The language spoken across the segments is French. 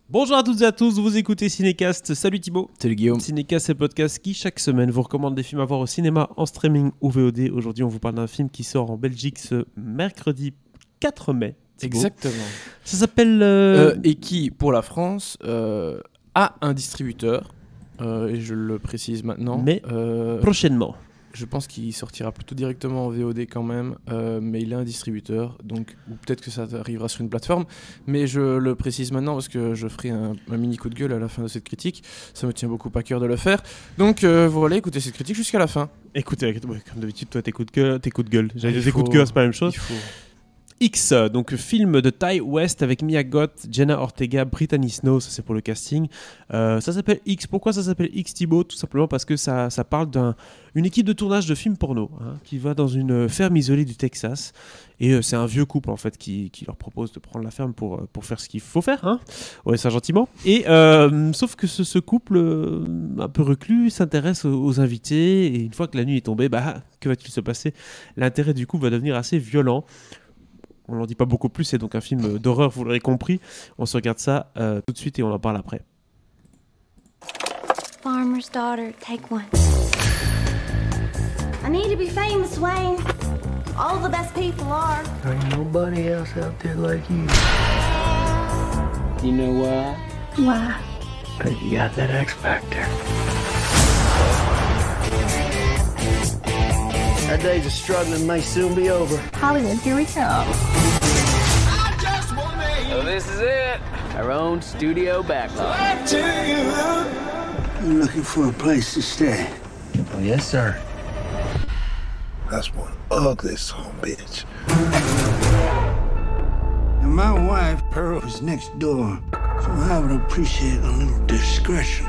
Bonjour à toutes et à tous, vous écoutez Cinécast. Salut Thibaut. Salut Guillaume. Cinécast, c'est le podcast qui chaque semaine vous recommande des films à voir au cinéma, en streaming ou VOD. Aujourd'hui, on vous parle d'un film qui sort en Belgique ce mercredi 4 mai. Thibaut. Exactement. Ça s'appelle... Et qui, pour la France, a un distributeur, et je le précise maintenant. Mais prochainement. Je pense qu'il sortira plutôt directement en VOD quand même, mais il a un distributeur, donc, ou peut-être que ça arrivera sur une plateforme, mais je le précise maintenant parce que je ferai un mini coup de gueule à la fin de cette critique, ça me tient beaucoup à cœur de le faire, donc voilà, écoutez cette critique jusqu'à la fin. Écoutez, comme d'habitude, toi tes coups de gueule. J'allais dire Il tes coups de faut- cœur, c'est pas la même chose. Il faut... X, donc film de Ty West avec Mia Goth, Jenna Ortega, Brittany Snow, ça c'est pour le casting. Ça s'appelle X. Pourquoi ça s'appelle X, Thibaut ? Tout simplement parce que ça parle d'une équipe de tournage de films porno qui va dans une ferme isolée du Texas. Et c'est un vieux couple en fait qui leur propose de prendre la ferme pour faire ce qu'il faut faire. Ouais, ça gentiment. Et sauf que ce couple un peu reclus s'intéresse aux invités. Et une fois que la nuit est tombée, que va-t-il se passer ? L'intérêt du couple va devenir assez violent. On n'en dit pas beaucoup plus, c'est donc un film d'horreur, vous l'aurez compris. On se regarde ça tout de suite et on en parle après. Farmer's daughter, take one. I need to be famous, Wayne. All the best people are. There ain't nobody else out there like you. You know why? Why? 'Cause you got that X Factor. Our days of struggling may soon be over. Hollywood, here we come. So this is it. Our own studio backlot. You're looking for a place to stay. Oh, yes, sir. That's one ugly son of a bitch. And my wife, Pearl, is next door, so I would appreciate a little discretion.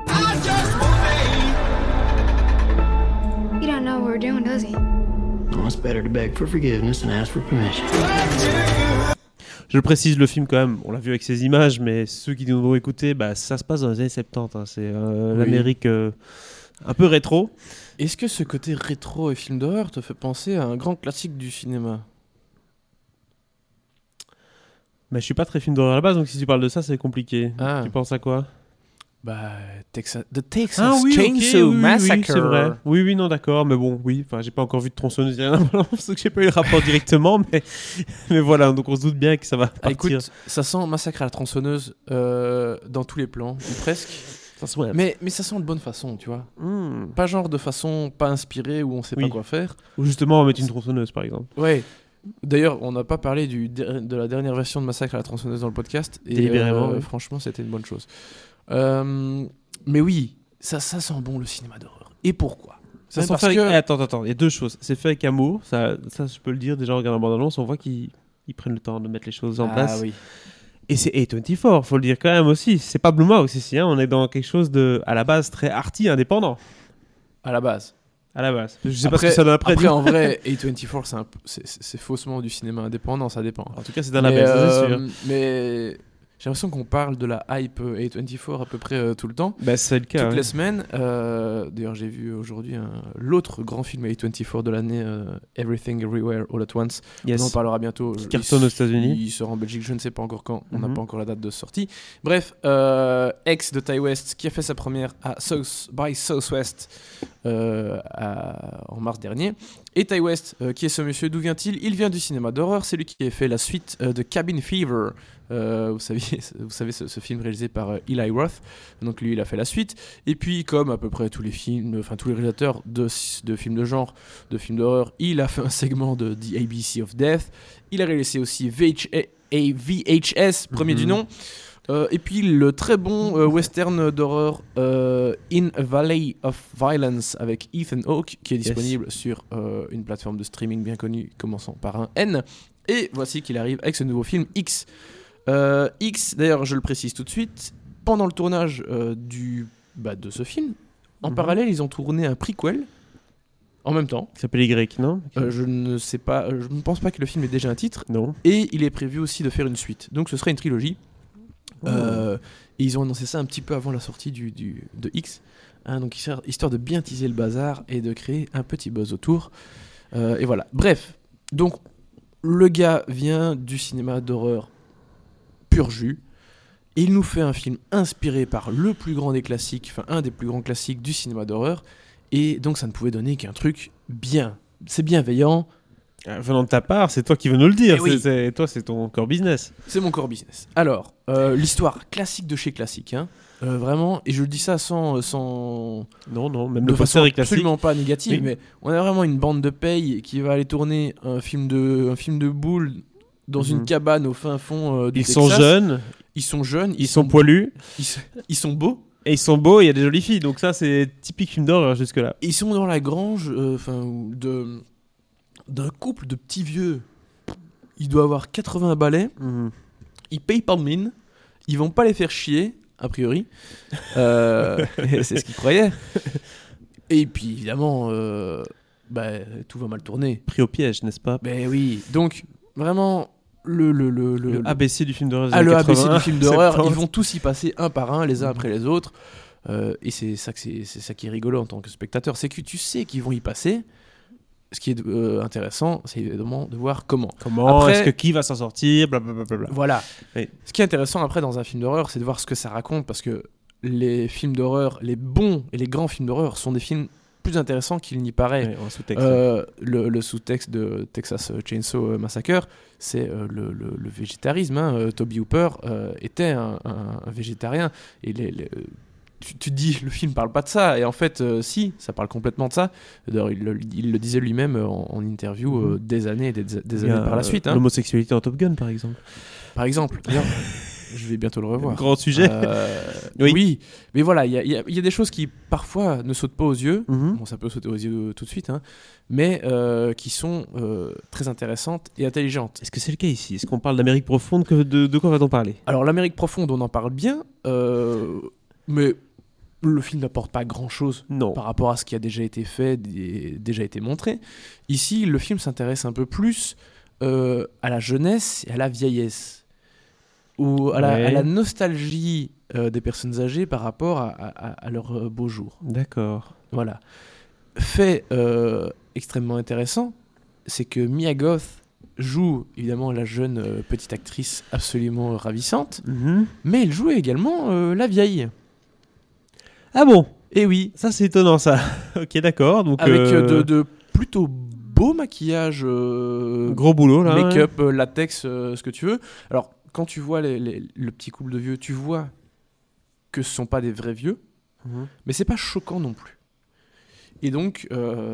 You don't know what we're doing, does he? Well, it's better to beg for forgiveness than ask for permission. Je le précise, le film quand même, on l'a vu avec ses images, mais ceux qui nous ont écouté, ça se passe dans les années 70. C'est l'Amérique un peu rétro. Est-ce que ce côté rétro et film d'horreur te fait penser à un grand classique du cinéma ? Mais je suis pas très film d'horreur à la base, donc si tu parles de ça, c'est compliqué. Ah. Tu penses à quoi ? The Texas Chainsaw ok, Massacre. oui, c'est vrai. Oui, non, d'accord, mais bon, oui. Enfin, j'ai pas encore vu de tronçonneuse, parce que j'ai pas eu le rapport directement, mais voilà, donc on se doute bien que ça va Ah, partir. écoute, ça sent Massacre à la tronçonneuse dans tous les plans, ou presque. Ça se voit. Mais ça sent de bonne façon, tu vois. Pas genre de façon pas inspirée où on sait Oui. pas quoi faire. Ou justement, on va mettre une tronçonneuse, par exemple. Ouais. D'ailleurs, on n'a pas parlé de la dernière version de Massacre à la tronçonneuse dans le podcast. Et Délibérément, oui. franchement, c'était une bonne chose. Mais oui, ça sent bon le cinéma d'horreur. Et pourquoi ? Ça Parce sent fait que- avec... Attends, il y a deux choses. C'est fait avec amour, ça je peux le dire déjà en regardant la bande-annonce, on voit qu'ils prennent le temps de mettre les choses en place. Ah oui. Et c'est A24, faut le dire quand même aussi. C'est pas Blumhouse ici, on est dans quelque chose de, à la base, très arty, indépendant. À la base. À la base. Je sais pas ce que ça donne après. Après, en vrai, A24, c'est faussement du cinéma indépendant, ça dépend. En tout cas, c'est d'un label, ça c'est sûr. Mais j'ai l'impression qu'on parle de la hype A24 à peu près tout le temps. C'est le cas. Toutes ouais. les semaines. D'ailleurs, j'ai vu aujourd'hui l'autre grand film A24 de l'année, Everything Everywhere All at Once. Yes. On en parlera bientôt. Qui cartonne aux États-Unis. Il sort en Belgique, je ne sais pas encore quand. On n'a Mhm. pas encore la date de sortie. Bref, X de Ty West qui a fait sa première à South by Southwest en mars dernier. Et Ty West, qui est ce monsieur, d'où vient-il ? Il vient du cinéma d'horreur. C'est lui qui a fait la suite de Cabin Fever. Vous savez ce film réalisé par Eli Roth. Donc lui, il a fait la suite. Et puis, comme à peu près tous les films, enfin tous les réalisateurs de films de genre, de films d'horreur, il a fait un segment de The ABC of Death. Il a réalisé aussi VHS, premier du nom. Et puis le très bon western d'horreur In a Valley of Violence avec Ethan Hawke, qui est disponible sur une plateforme de streaming bien connue commençant par un N. Et voici qu'il arrive avec ce nouveau film X. X, d'ailleurs je le précise tout de suite, pendant le tournage de ce film, en parallèle ils ont tourné un prequel en même temps. Qui s'appelle Y, non ? Je ne sais pas, je ne pense pas que le film ait déjà un titre. Non. Et il est prévu aussi de faire une suite. Donc ce serait une trilogie. Et ils ont annoncé ça un petit peu avant la sortie de X. Donc histoire de bien teaser le bazar et de créer un petit buzz autour. Et voilà. Bref. Donc le gars vient du cinéma d'horreur pur jus. Et il nous fait un film inspiré par le plus grand des classiques, enfin un des plus grands classiques du cinéma d'horreur. Et donc ça ne pouvait donner qu'un truc bien. C'est bienveillant. Venant de ta part, c'est toi qui veux nous le dire. Eh oui. Toi, c'est ton core business. C'est mon core business. Alors, l'histoire classique de chez classique, hein. Vraiment, et je le dis ça sans Non, même de le façon poster est classique. absolument pas négative, Oui. mais on a vraiment une bande de paye qui va aller tourner un film de boules dans une cabane au fin fond du Ils Texas. sont jeunes, Ils sont jeunes, ils sont poilus, ils sont beaux. et ils sont beaux, et il y a des jolies filles. Donc ça, c'est typique film d'horreur jusque-là. Ils sont dans la grange d'un couple de petits vieux. Il doit avoir 80 balais. Ils payent pas de mine. Ils vont pas les faire chier, a priori. C'est ce qu'ils croyaient. Et puis évidemment, tout va mal tourner. Pris au piège, n'est-ce pas? Ben oui. Donc vraiment Le ABC du film d'horreur. des le années ABC 80, du film d'horreur, 70. ils vont tous y passer un par un, les uns après les autres. Et c'est ça qui est rigolo en tant que spectateur, c'est que tu sais qu'ils vont y passer. Ce qui est intéressant, c'est évidemment de voir comment. Comment Après- est-ce que qui va s'en sortir, blablabla. Voilà. Oui. Ce qui est intéressant après dans un film d'horreur, c'est de voir ce que ça raconte, parce que les films d'horreur, les bons et les grands films d'horreur sont des films plus intéressants qu'il n'y paraît. Ouais, en sous-texte. Le sous-texte de Texas Chainsaw Massacre, c'est le végétarisme. Hein. Toby Hooper était un végétarien. Et tu te dis, le film parle pas de ça. Et en fait, si, ça parle complètement de ça. D'ailleurs, il le disait lui-même en interview des années et des années par la suite. Hein. L'homosexualité en Top Gun, par exemple. Par exemple. D'ailleurs, je vais bientôt le revoir. Grand sujet. Oui. Oui. Mais voilà, il y a des choses qui parfois ne sautent pas aux yeux. Mhm. Bon, ça peut sauter aux yeux tout de suite, hein, mais qui sont très intéressantes et intelligentes. Est-ce que c'est le cas ici? Est-ce qu'on parle d'Amérique profonde? De quoi va-t-on parler? Alors, l'Amérique profonde, on en parle bien, mais le film n'apporte pas grand-chose Non. par rapport à ce qui a déjà été fait et déjà été montré. Ici, le film s'intéresse un peu plus à la jeunesse et à la vieillesse, ou à la nostalgie des personnes âgées par rapport à leurs beaux jours. D'accord. Voilà. Fait extrêmement intéressant, c'est que Mia Goth joue évidemment la jeune petite actrice absolument ravissante, Mhm. mais elle joue également la vieille. Ah bon? Et oui, Ça, c'est étonnant, ça. Ok, d'accord. Donc, avec de plutôt beaux maquillages, gros boulot, là. make-up, latex, ce que tu veux. Alors, quand tu vois le petit couple de vieux, tu vois que ce sont pas des vrais vieux, Mhm. mais c'est pas choquant non plus. Et donc,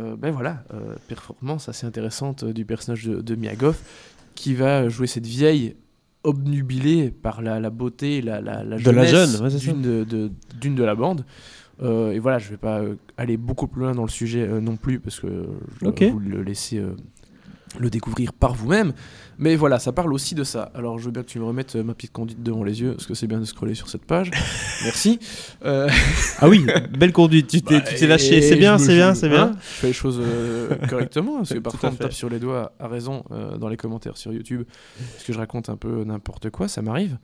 performance assez intéressante du personnage de Mia Goth, qui va jouer cette vieille obnubilée par la beauté, la De la jeunesse jeune, ouais, c'est ça. d'une de la bande. Et voilà, je vais pas aller beaucoup plus loin dans le sujet non plus, parce que je Ok. dois vous le laisser le découvrir par vous-même. Mais voilà, ça parle aussi de ça. Alors, je veux bien que tu me remettes ma petite conduite devant les yeux, parce que c'est bien de scroller sur cette page. Merci. Ah oui, belle conduite. Tu t'es lâché. Et C'est bien, je c'est me- bien, je- c'est hein, bien. Je fais les choses correctement, parce que Tout parfois à on me fait. tape sur les doigts à raison dans les commentaires sur YouTube, parce que je raconte un peu n'importe quoi, ça m'arrive.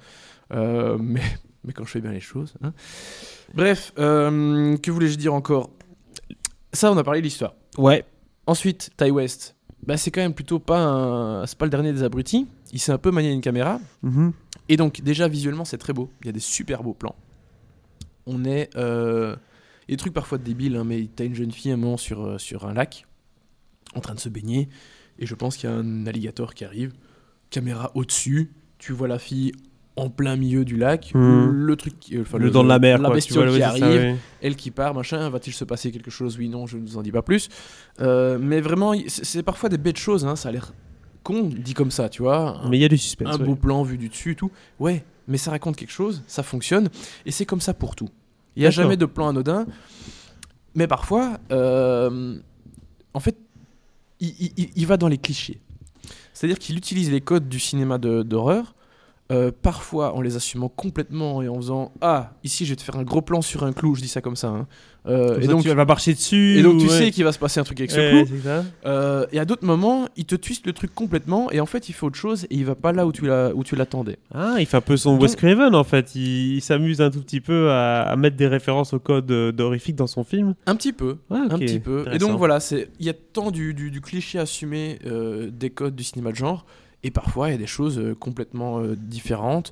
Mais quand je fais bien les choses. Hein. Bref, que voulais-je dire encore? Ça, on a parlé de l'histoire. Ouais. Ensuite, Ty West. Bah, c'est quand même plutôt c'est pas le dernier des abrutis. Il s'est un peu manié une caméra. Mhm. Et donc, déjà, visuellement, c'est très beau. Il y a des super beaux plans. On est... Il y a des trucs parfois débiles, hein, mais t'as une jeune fille à un moment sur un lac, en train de se baigner, et je pense qu'il y a un alligator qui arrive. Caméra au-dessus, tu vois la fille en plein milieu du lac, le truc... Le dans de la mer, la quoi. bestiole tu vois, qui ouais, c'est ça, arrive, ouais. elle qui part, machin, va-t-il se passer quelque chose? Oui, non, je ne vous en dis pas plus. Mais vraiment, c'est parfois des bêtes choses, hein, ça a l'air con, dit comme ça, tu vois. Mais il y a du suspense. Un ouais. beau plan vu du dessus et tout. Ouais, mais ça raconte quelque chose, ça fonctionne, et c'est comme ça pour tout. Il n'y a D'accord. jamais de plan anodin, mais parfois, en fait, il va dans les clichés. C'est-à-dire qu'il utilise les codes du cinéma d'horreur, parfois en les assumant complètement et en faisant « Ah, ici je vais te faire un gros plan sur un clou », je dis ça comme ça. Hein. Comme ça, tu vas marcher dessus. Et donc tu ouais. sais qu'il va se passer un truc avec ce Ouais, clou. c'est ça. Et à d'autres moments, il te twiste le truc complètement et en fait il fait autre chose et il va pas là où tu l'attendais. Ah, il fait un peu son Wes Craven en fait. Il s'amuse un tout petit peu à mettre des références au code d'horrifique dans son film. Un petit peu, Ouais, ok, un petit peu. Et intéressant. donc voilà, il y a tant du cliché assumé des codes du cinéma de genre et parfois il y a des choses complètement différentes.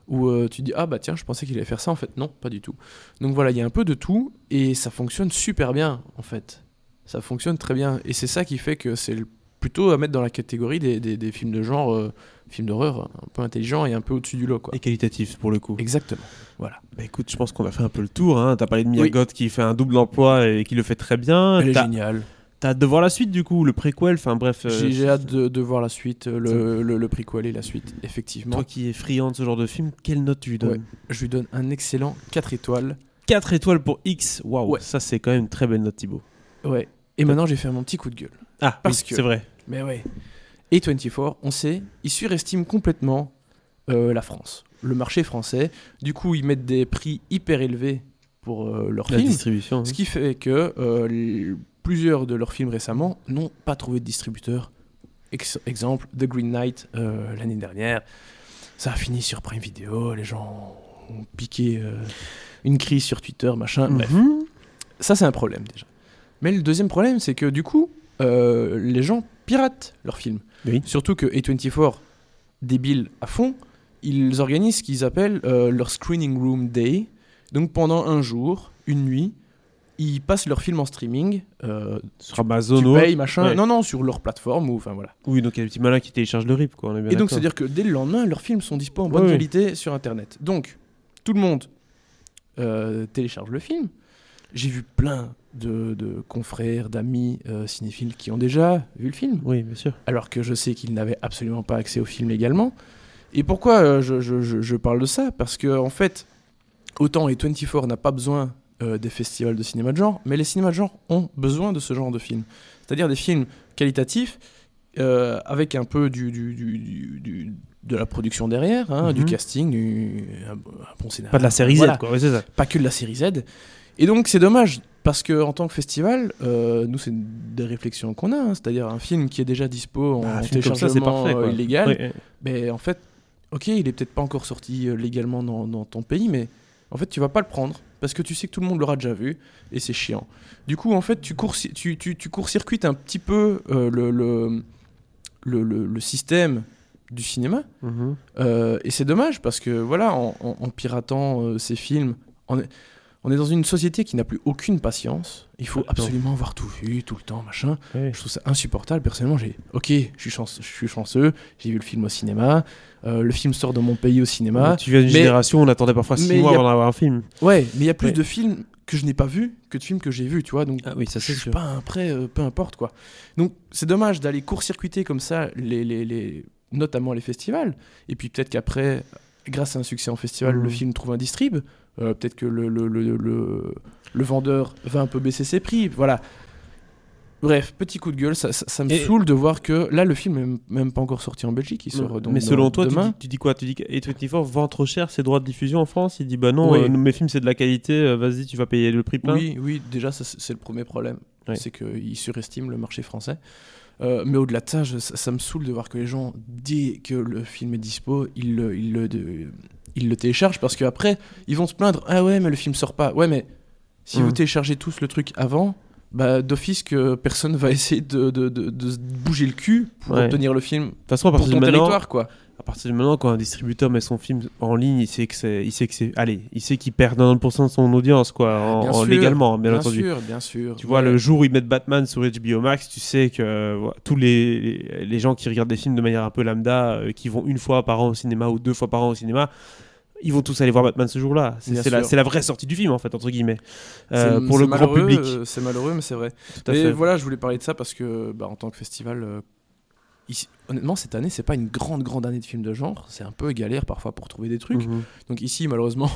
où tu dis ah bah tiens je pensais qu'il allait faire ça, en fait non, pas du tout. Donc voilà, il y a un peu de tout et ça fonctionne super bien en fait. Ça fonctionne très bien et c'est ça qui fait que c'est plutôt à mettre dans la catégorie des films de genre, films d'horreur un peu intelligents et un peu au-dessus du lot quoi. Et qualitatif pour le coup. Exactement. Voilà. Bah écoute, je pense qu'on a fait un peu le tour. Hein. T'as parlé de Mia Oui. Goth qui fait un double emploi et qui le fait très bien. Elle est T'as géniale. hâte de voir la suite du coup, le préquel. Enfin bref. J'ai hâte de voir la suite, le prequel et la suite, effectivement. Toi qui es friand de ce genre de film, quelle note tu lui donnes? Ouais. Je lui donne un excellent 4 étoiles. 4 étoiles pour X. Waouh, Ouais. ça c'est quand même une très belle note, Thibaut. Ouais. Et maintenant, j'ai fait mon petit coup de gueule. Ah, Parce oui, que- c'est vrai. Mais ouais. A24, on sait, ils surestiment complètement la France, le marché français. Du coup, ils mettent des prix hyper élevés pour leurs La films. distribution. Ce qui fait que plusieurs de leurs films récemment n'ont pas trouvé de distributeur. Exemple, The Green Knight l'année dernière. Ça a fini sur Prime Video, les gens ont piqué une crise sur Twitter, machin. Bref, Mhm. ça c'est un problème déjà. Mais le deuxième problème, c'est que du coup, les gens piratent leurs films. Oui. Surtout que A24, débile à fond, ils organisent ce qu'ils appellent leur Screening Room Day. Donc pendant un jour, une nuit, ils passent leurs films en streaming. Sur Amazon Tu ou payes, autre. machin. Ouais. Non, sur leur plateforme. Enfin voilà. Oui, donc il y a des petits malins qui téléchargent le RIP, quoi. On est bien Et donc, d'accord. c'est-à-dire que dès le lendemain, leurs films sont dispo en bonne Ouais, qualité sur Internet. Donc, tout le monde télécharge le film. J'ai vu plein de confrères, d'amis cinéphiles qui ont déjà vu le film, Oui, bien sûr. alors que je sais qu'ils n'avaient absolument pas accès au film légalement. Et pourquoi je parle de ça? Parce que, en fait, autant A24 n'a pas besoin des festivals de cinéma de genre, mais les cinémas de genre ont besoin de ce genre de films. C'est-à-dire des films qualitatifs, avec un peu de la production derrière, hein, du Mhm. casting, un bon scénario. Pas de la série Voilà. Z, quoi. Ouais, c'est ça. Pas que de la série Z. Et donc c'est dommage, parce qu'en tant que festival, nous c'est des réflexions qu'on a, hein, c'est-à-dire un film qui est déjà dispo en Un film comme ça, c'est téléchargement parfait, quoi. illégal, Ouais, ouais. mais en fait, ok, il est peut-être pas encore sorti légalement dans ton pays, mais en fait tu vas pas le prendre, parce que tu sais que tout le monde l'aura déjà vu, et c'est chiant. Du coup, en fait, tu court-circuites un petit peu le système du cinéma, Mhm. et c'est dommage, parce que voilà, en piratant ces films, on est dans une société qui n'a plus aucune patience. Il faut Non. absolument avoir tout vu, tout le temps, machin. Ouais. Je trouve ça insupportable. Personnellement, je suis chanceux. J'ai vu le film au cinéma. Le film sort dans mon pays au cinéma. Tu viens d'une Mais- génération où on attendait parfois 6 mais mois y a- avant d'avoir un film. Ouais, mais il y a plus Ouais. de films que je n'ai pas vus que de films que j'ai vus, tu vois. Donc, Ah oui, ça c'est je suis sûr. pas un prêt, peu importe, quoi. Donc, c'est dommage d'aller court-circuiter comme ça, notamment les festivals. Et puis, peut-être qu'après, grâce à un succès en festival, Mhm. le film trouve un distrib. Peut-être que le vendeur va un peu baisser ses prix. Voilà. Bref, petit coup de gueule, ça me Et- saoule de voir que là, le film est même pas encore sorti en Belgique. Il sort donc mais selon toi, demain. tu dis quoi? Tu dis que A24 vend trop cher ses droits de diffusion en France? Il dit bah non, Oui. mes films c'est de la qualité, vas-y, tu vas payer le prix plein. Oui, déjà, ça, c'est le premier problème. Ouais. C'est qu'ils surestiment le marché français. Mais au-delà de ça, ça me saoule de voir que les gens, dès que le film est dispo, ils le téléchargent, parce qu'après, ils vont se plaindre. Ah ouais, mais le film sort pas. Ouais, mais si vous téléchargez tous le truc avant, bah, d'office que personne va essayer de se bouger le cul pour Ouais. obtenir le film De toute façon, à pour partir ton de maintenant, territoire, quoi. à partir de maintenant, quand un distributeur met son film en ligne, il sait qu'il perd 90% de son audience, quoi, Bien sûr, légalement, bien entendu. Bien sûr. Tu vois, Ouais. le jour où ils mettent Batman sur HBO Max, tu sais que voilà, tous les gens qui regardent des films de manière un peu lambda, qui vont une fois par an au cinéma ou 2 fois par an au cinéma, ils vont tous aller voir Batman ce jour-là. Bien C'est sûr. la vraie sortie du film, en fait, entre guillemets, C'est pour le grand malheureux, public. c'est malheureux, mais c'est vrai. Tout à Mais fait. voilà, je voulais parler de ça parce que, bah, en tant que festival, ici, honnêtement, cette année, c'est pas une grande année de films de genre. C'est un peu galère parfois pour trouver des trucs. Mhm. Donc ici, malheureusement,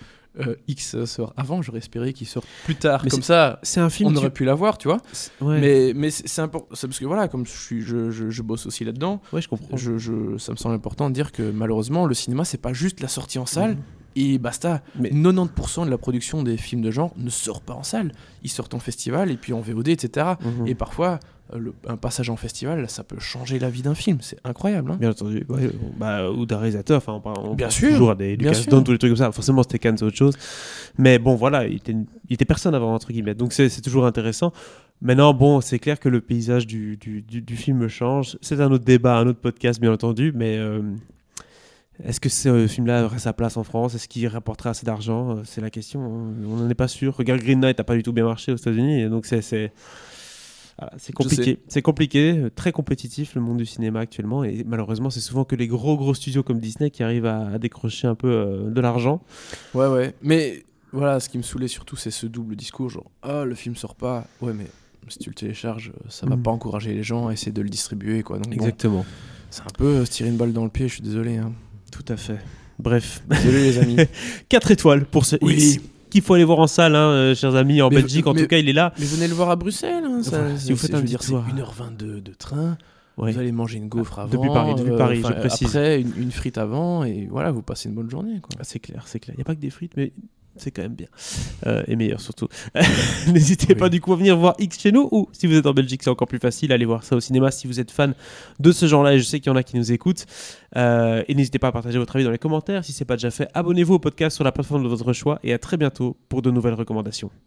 X sort avant. J'aurais espéré qu'il sorte plus tard. Mais Comme ça, C'est un film. on aurait pu l'avoir, tu vois. Ouais. Mais c'est important. C'est parce que voilà, comme je bosse aussi là-dedans, Ouais, je comprends. ça me semble important de dire que malheureusement, le cinéma, c'est pas juste la sortie en salle. Mhm. Et basta. Mais- 90% de la production des films de genre ne sort pas en salle. Ils sortent en festival et puis en VOD, etc. Mhm. Et parfois, un passage en festival, ça peut changer la vie d'un film. C'est incroyable. Hein. Bien entendu, ouais, bah, ou d'un réalisateur, enfin on Bien pense sûr, toujours à des bien Lucas sûr. Don, tous les trucs comme ça. Forcément, c'était Cannes, c'est autre chose. Mais bon, voilà, il était personne avant, entre guillemets. Donc c'est toujours intéressant. Maintenant, bon, c'est clair que le paysage du film change. C'est un autre débat, un autre podcast, bien entendu. Mais Est-ce que ce film-là aurait sa place en France? Est-ce qu'il rapporterait assez d'argent? C'est la question, hein. On n'en est pas sûr. Regarde, Green Knight n'a pas du tout bien marché aux États-Unis, et donc voilà, c'est compliqué. C'est compliqué, très compétitif le monde du cinéma actuellement, et malheureusement, c'est souvent que les gros studios comme Disney qui arrivent à décrocher un peu de l'argent. Ouais. Mais voilà, ce qui me saoulait surtout, c'est ce double discours, genre le film sort pas. Ouais, mais si tu le télécharges, ça va pas encourager les gens à essayer de le distribuer, quoi. Donc, Exactement. bon, c'est un peu se tirer une balle dans le pied, je suis désolé. Hein. Tout à fait. Bref. Désolé les amis. 4 étoiles pour ce X qu'il faut aller voir en salle, hein, chers amis, en Belgique. En tout cas, il est là. Mais venez le voir à Bruxelles. Hein, voilà, si vous faites un petit c'est tour. 1h22 de train. Ouais. Vous allez manger une gaufre avant. Depuis Paris, je précise. Après, une frite avant. Et voilà, vous passez une bonne journée. Quoi. Ah, c'est clair. Il n'y a pas que des frites, mais c'est quand même bien. Et meilleur surtout. N'hésitez pas du coup à venir voir X chez nous, ou si vous êtes en Belgique, c'est encore plus facile, allez voir ça au cinéma si vous êtes fan de ce genre-là, et je sais qu'il y en a qui nous écoutent. Et n'hésitez pas à partager votre avis dans les commentaires. Si ce n'est pas déjà fait, abonnez-vous au podcast sur la plateforme de votre choix, et à très bientôt pour de nouvelles recommandations.